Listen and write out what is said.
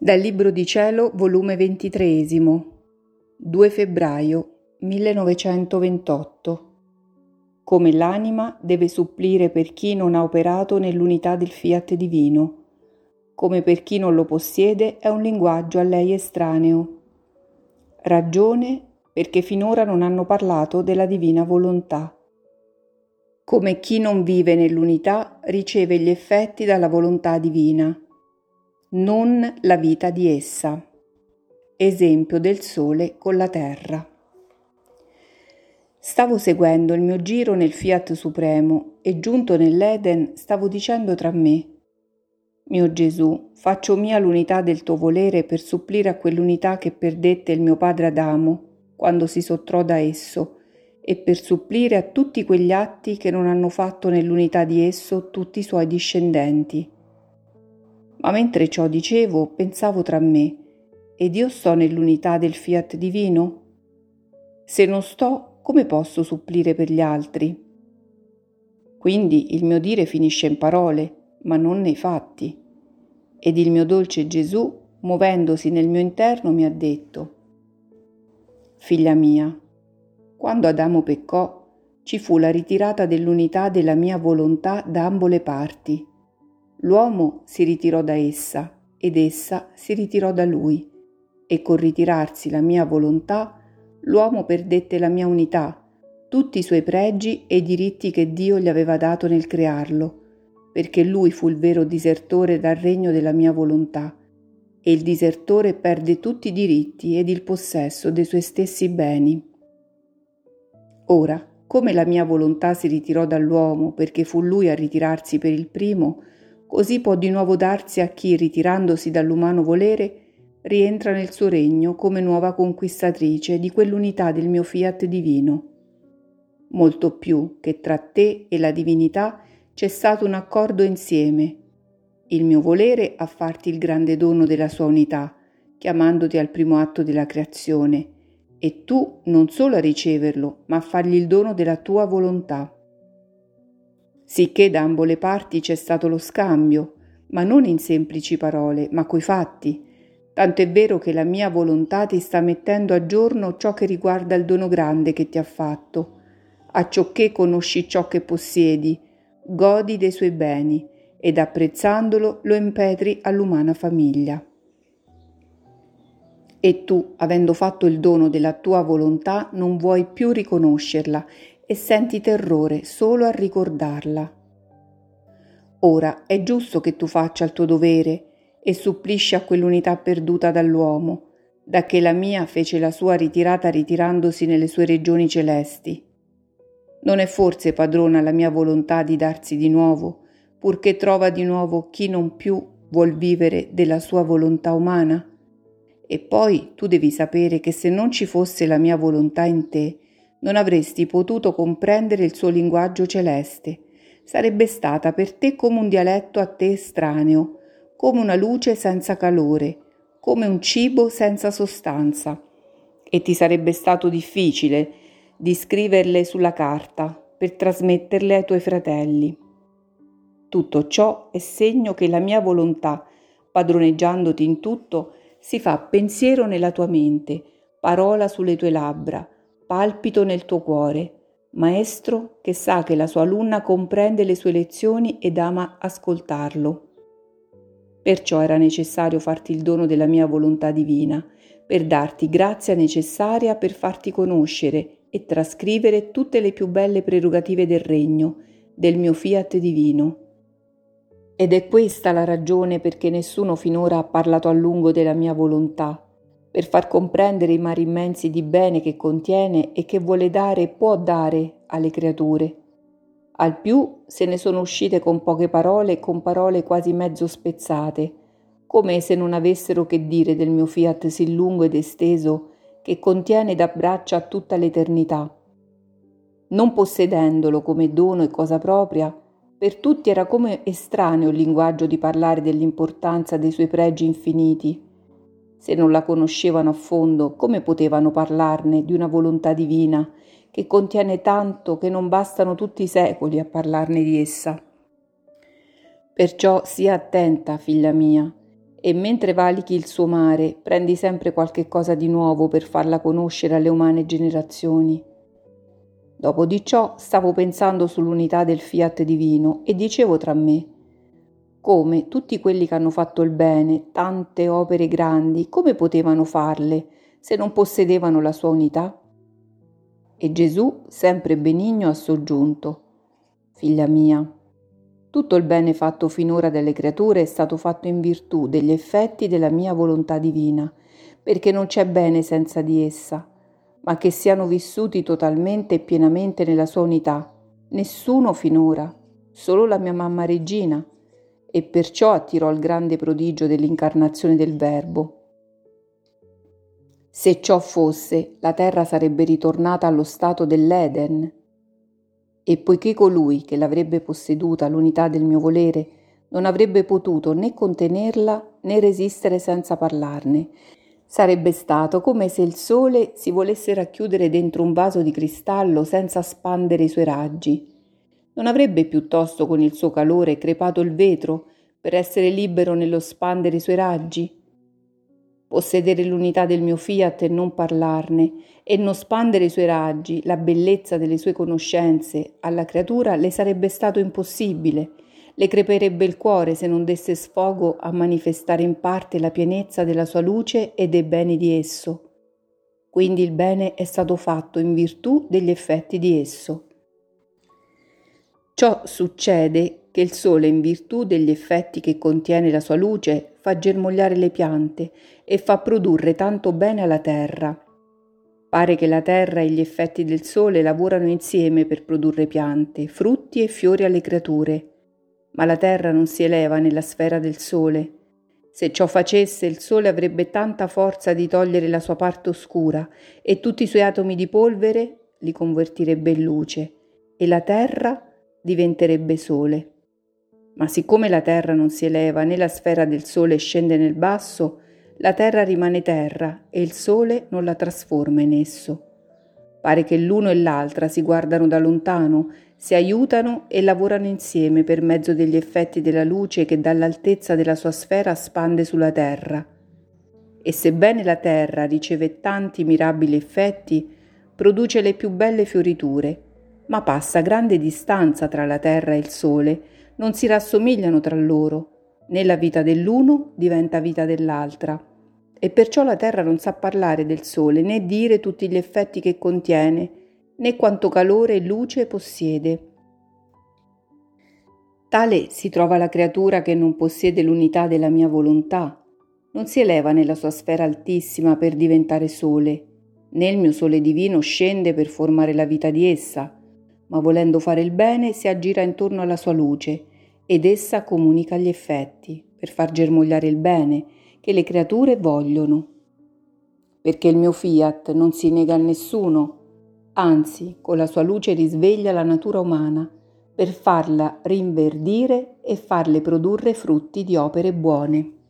Dal Libro di Cielo, volume 23, 2 febbraio 1928. Come l'anima deve supplire per chi non ha operato nell'unità del fiat divino, come per chi non lo possiede è un linguaggio a lei estraneo. Ragione perché finora non hanno parlato della divina volontà. Come chi non vive nell'unità riceve gli effetti dalla volontà divina, non la vita di essa. Esempio del sole con la terra. Stavo seguendo il mio giro nel Fiat Supremo e giunto nell'Eden stavo dicendo tra me: mio Gesù, faccio mia l'unità del tuo volere per supplire a quell'unità che perdette il mio padre Adamo quando si sottrò da esso e per supplire a tutti quegli atti che non hanno fatto nell'unità di esso tutti i suoi discendenti. Ma mentre ciò dicevo, pensavo tra me: ed io sto nell'unità del fiat divino? Se non sto, come posso supplire per gli altri? Quindi il mio dire finisce in parole, ma non nei fatti. Ed il mio dolce Gesù, muovendosi nel mio interno, mi ha detto: figlia mia, quando Adamo peccò, ci fu la ritirata dell'unità della mia volontà da ambo le parti. L'uomo si ritirò da essa ed essa si ritirò da lui, e col ritirarsi la mia volontà, l'uomo perdette la mia unità, tutti i suoi pregi e i diritti che Dio gli aveva dato nel crearlo, perché lui fu il vero disertore dal regno della mia volontà, e il disertore perde tutti i diritti ed il possesso dei suoi stessi beni. Ora, come la mia volontà si ritirò dall'uomo perché fu lui a ritirarsi per il primo, così può di nuovo darsi a chi, ritirandosi dall'umano volere, rientra nel suo regno come nuova conquistatrice di quell'unità del mio fiat divino. Molto più che tra te e la divinità c'è stato un accordo insieme. Il mio volere a farti il grande dono della sua unità, chiamandoti al primo atto della creazione, e tu non solo a riceverlo, ma a fargli il dono della tua volontà. Sicché da ambo le parti c'è stato lo scambio, ma non in semplici parole, ma coi fatti. Tanto è vero che la mia volontà ti sta mettendo a giorno ciò che riguarda il dono grande che ti ha fatto, acciocché conosci ciò che possiedi, godi dei suoi beni, ed apprezzandolo lo impetri all'umana famiglia. E tu, avendo fatto il dono della tua volontà, non vuoi più riconoscerla e senti terrore solo a ricordarla. Ora è giusto che tu faccia il tuo dovere e supplisci a quell'unità perduta dall'uomo, dacché la mia fece la sua ritirata ritirandosi nelle sue regioni celesti. Non è forse padrona la mia volontà di darsi di nuovo, purché trova di nuovo chi non più vuol vivere della sua volontà umana? E poi tu devi sapere che se non ci fosse la mia volontà in te, non avresti potuto comprendere il suo linguaggio celeste. Sarebbe stata per te come un dialetto a te estraneo, come una luce senza calore, come un cibo senza sostanza. E ti sarebbe stato difficile di scriverle sulla carta per trasmetterle ai tuoi fratelli. Tutto ciò è segno che la mia volontà, padroneggiandoti in tutto, si fa pensiero nella tua mente, parola sulle tue labbra, palpito nel tuo cuore, maestro che sa che la sua alunna comprende le sue lezioni ed ama ascoltarlo. Perciò era necessario farti il dono della mia volontà divina, per darti grazia necessaria per farti conoscere e trascrivere tutte le più belle prerogative del regno, del mio fiat divino. Ed è questa la ragione perché nessuno finora ha parlato a lungo della mia volontà, per far comprendere i mari immensi di bene che contiene e che vuole dare e può dare alle creature. Al più se ne sono uscite con poche parole e con parole quasi mezzo spezzate, come se non avessero che dire del mio fiat sì lungo ed esteso che contiene ed abbraccia tutta l'eternità. Non possedendolo come dono e cosa propria, per tutti era come estraneo il linguaggio di parlare dell'importanza dei suoi pregi infiniti. Se non la conoscevano a fondo, come potevano parlarne di una volontà divina che contiene tanto che non bastano tutti i secoli a parlarne di essa? Perciò sia attenta, figlia mia, e mentre valichi il suo mare prendi sempre qualche cosa di nuovo per farla conoscere alle umane generazioni. Dopo di ciò stavo pensando sull'unità del fiat divino e dicevo tra me: come tutti quelli che hanno fatto il bene, tante opere grandi, come potevano farle se non possedevano la sua unità? E Gesù, sempre benigno, ha soggiunto: figlia mia, tutto il bene fatto finora dalle creature è stato fatto in virtù degli effetti della mia volontà divina, perché non c'è bene senza di essa, ma che siano vissuti totalmente e pienamente nella sua unità. Nessuno finora, solo la mia mamma regina, e perciò attirò il grande prodigio dell'incarnazione del Verbo. Se ciò fosse, la terra sarebbe ritornata allo stato dell'Eden, e poiché colui che l'avrebbe posseduta l'unità del mio volere non avrebbe potuto né contenerla né resistere senza parlarne, sarebbe stato come se il sole si volesse racchiudere dentro un vaso di cristallo senza spandere i suoi raggi. Non avrebbe piuttosto con il suo calore crepato il vetro per essere libero nello spandere i suoi raggi? Possedere l'unità del mio fiat e non parlarne, e non spandere i suoi raggi, la bellezza delle sue conoscenze, alla creatura le sarebbe stato impossibile. Le creperebbe il cuore se non desse sfogo a manifestare in parte la pienezza della sua luce e dei beni di esso. Quindi il bene è stato fatto in virtù degli effetti di esso. Ciò succede che il sole, in virtù degli effetti che contiene la sua luce, fa germogliare le piante e fa produrre tanto bene alla terra. Pare che la terra e gli effetti del sole lavorano insieme per produrre piante, frutti e fiori alle creature, ma la terra non si eleva nella sfera del sole. Se ciò facesse, il sole avrebbe tanta forza di togliere la sua parte oscura e tutti i suoi atomi di polvere li convertirebbe in luce, e la terra diventerebbe sole. Ma siccome la terra non si eleva né la sfera del sole scende nel basso, la terra rimane terra e il sole non la trasforma in esso. Pare che l'uno e l'altra si guardano da lontano, si aiutano e lavorano insieme per mezzo degli effetti della luce che dall'altezza della sua sfera spande sulla terra. E sebbene la terra riceve tanti mirabili effetti, produce le più belle fioriture, ma passa grande distanza tra la terra e il sole, non si rassomigliano tra loro, né la vita dell'uno diventa vita dell'altra, e perciò la terra non sa parlare del sole, né dire tutti gli effetti che contiene, né quanto calore e luce possiede. Tale si trova la creatura che non possiede l'unità della mia volontà, non si eleva nella sua sfera altissima per diventare sole, né il mio sole divino scende per formare la vita di essa, ma volendo fare il bene si aggira intorno alla sua luce ed essa comunica gli effetti per far germogliare il bene che le creature vogliono. Perché il mio fiat non si nega a nessuno, anzi con la sua luce risveglia la natura umana per farla rinverdire e farle produrre frutti di opere buone.